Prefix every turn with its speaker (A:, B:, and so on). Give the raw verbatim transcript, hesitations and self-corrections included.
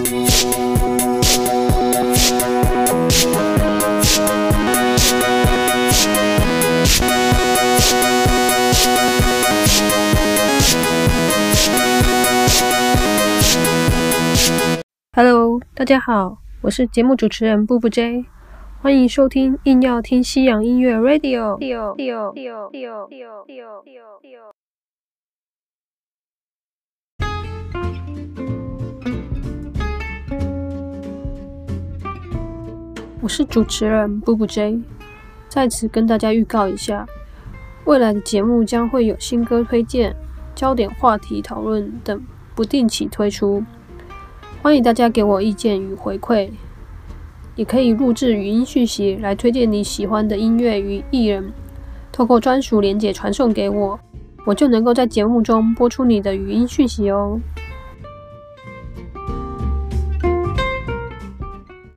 A: Hello， 大家好，我是节目主持人布布 J， 欢迎收听硬要听西洋音乐 Radio。我是主持人布布 J， 在此跟大家预告一下，未来的节目将会有新歌推荐、焦点话题讨论等不定期推出。欢迎大家给我意见与回馈，也可以录制语音讯息来推荐你喜欢的音乐与艺人，透过专属连结传送给我，我就能够在节目中播出你的语音讯息哦。